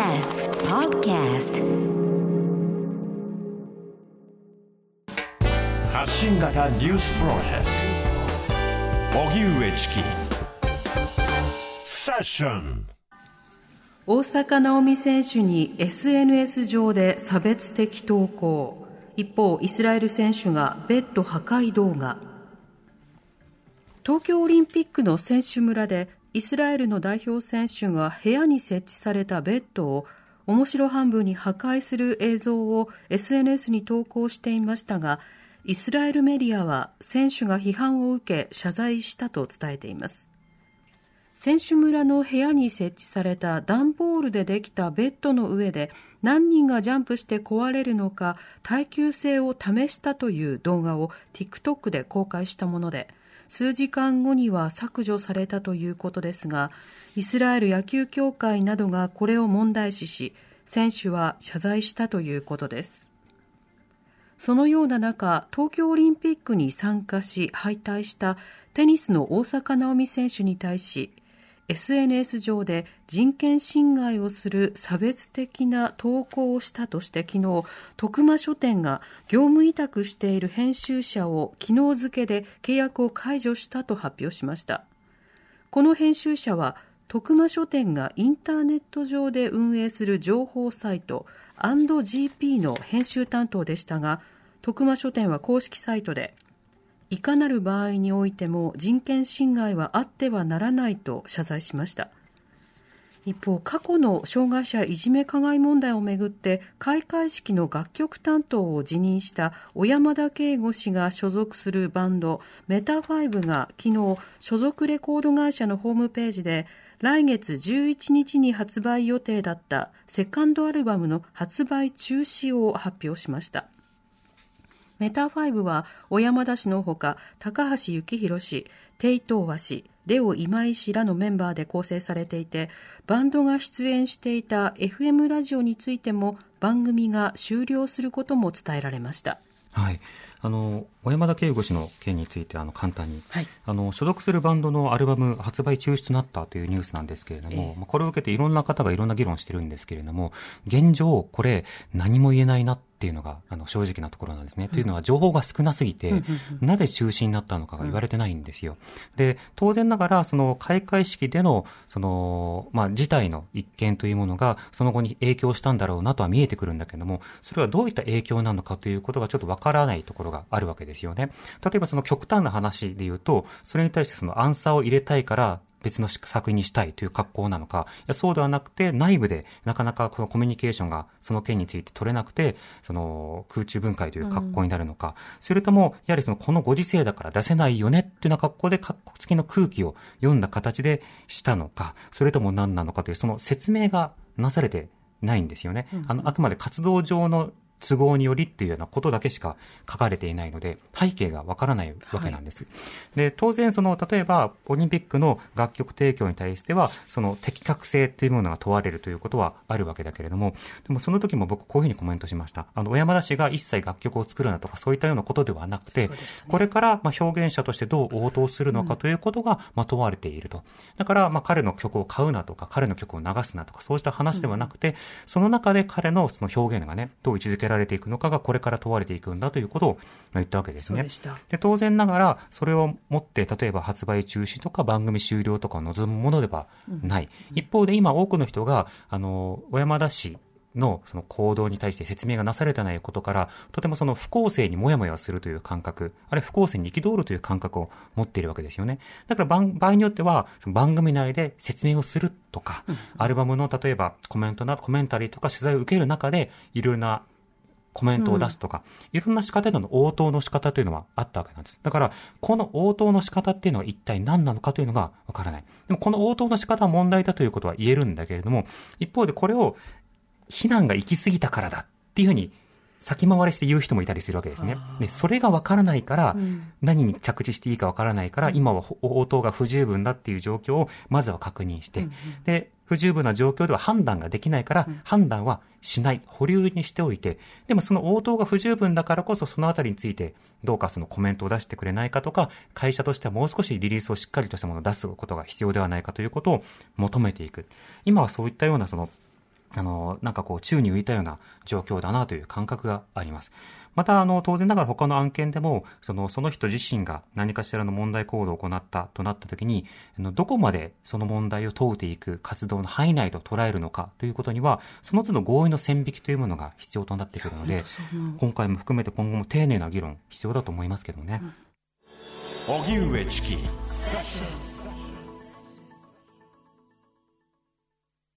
TBS Podcast 発信型ニュースプロジェクト荻上チキセッション。 大坂なおみ選手に SNS 上で差別的投稿。一方、イスラエル選手がベッド破壊動画。東京オリンピックの選手村でイスラエルの代表選手が部屋に設置されたベッドを面白半分に破壊する映像を SNS に投稿していましたが、イスラエルメディアは選手が批判を受け謝罪したと伝えています。選手村の部屋に設置された段ボールでできたベッドの上で何人がジャンプして壊れるのか耐久性を試したという動画を TikTok で公開したもので、数時間後には削除されたということですが、イスラエル野球協会などがこれを問題視し、選手は謝罪したということです。そのような中、東京オリンピックに参加し敗退したテニスの大坂なおみ選手に対し、SNS 上で人権侵害をする差別的な投稿をしたとして昨日、徳間書店が業務委託している編集者を昨日付で契約を解除したと発表しました。この編集者は徳間書店がインターネット上で運営する情報サイト&GP の編集担当でしたが、徳間書店は公式サイトでいかなる場合においても人権侵害はあってはならないと謝罪しました。一方、過去の障害者いじめ加害問題をめぐって開会式の楽曲担当を辞任した小山田圭吾氏が所属するバンドメタファイブが昨日、所属レコード会社のホームページで来月11日に発売予定だったセカンドアルバムの発売中止を発表しました。メタファイブは小山田氏のほか高橋幸宏氏、テイトーワ氏、レオ今井氏らのメンバーで構成されていて、バンドが出演していた FM ラジオについても番組が終了することも伝えられました。 はい、小山田圭吾氏の件について簡単に、 はい、 所属するバンドのアルバム発売中止となったというニュースなんですけれども、これを受けていろんな方がいろんな議論してるんですけれども、現状これ何も言えないなっていうのが正直なところなんですね。というのは情報が少なすぎて、なぜ中止になったのかが言われてないんですよ。で、当然ながらその開会式での事態の一件というものがその後に影響したんだろうなとは見えてくるんだけれども、それはどういった影響なのかということがちょっとわからないところがあるわけですよね。例えばその極端な話で言うと、それに対してそのアンサーを入れたいから別の作品にしたいという格好なのか、いやそうではなくて内部でなかなかこのコミュニケーションがその件について取れなくて、その空中分解という格好になるのか、それともやはりこのご時世だから出せないよねっていうような格好で格好付きの空気を読んだ形でしたのか、それとも何なのかというその説明がなされてないんですよね。あくまで活動上の都合によりっていうようなことだけしか書かれていないので、背景がわからないわけなんです。はい、で、当然例えばオリンピックの楽曲提供に対してはその適格性というものが問われるということはあるわけだけれども、でもその時も僕こういうふうにコメントしました。小山田氏が一切楽曲を作るなとかそういったようなことではなくて、これから表現者としてどう応答するのかということが問われていると。だから彼の曲を買うなとか彼の曲を流すなとかそうした話ではなくて、その中で彼のその表現がね、どう位置づけられていくのかがこれから問われていくんだということを言ったわけですね。で、当然ながらそれをもって例えば発売中止とか番組終了とかを望むものではない。一方で今多くの人が小山田氏のその行動に対して説明がなされてないことから、とてもその不公正にもやもやするという感覚、あるいは不公正に憤るという感覚を持っているわけですよね。だから場合によってはその番組内で説明をするとか、アルバムの例えばコメンタリーとか取材を受ける中でいろいろなコメントを出すとか、いろんな仕方での応答の仕方というのはあったわけなんです。だからこの応答の仕方っていうのは一体何なのかというのがわからない。でもこの応答の仕方は問題だということは言えるんだけれども、一方でこれを非難が行き過ぎたからだっていうふうに先回りして言う人もいたりするわけですね。で、それがわからないから、何に着地していいかわからないから、今は応答が不十分だっていう状況をまずは確認して、で、不十分な状況では判断ができないから、判断はしない、保留にしておいて、でもその応答が不十分だからこそそのあたりについてどうかそのコメントを出してくれないかとか、会社としてはもう少しリリースをしっかりとしたものを出すことが必要ではないかということを求めていく。今はそういったようななんかこう宙に浮いたような状況だなという感覚があります。また当然ながら他の案件でもその人自身が何かしらの問題行動を行ったとなったときにどこまでその問題を問うていく活動の範囲内と捉えるのかということにはその都度合意の線引きというものが必要となってくるので、今回も含めて今後も丁寧な議論必要だと思いますけどね。 荻上チキ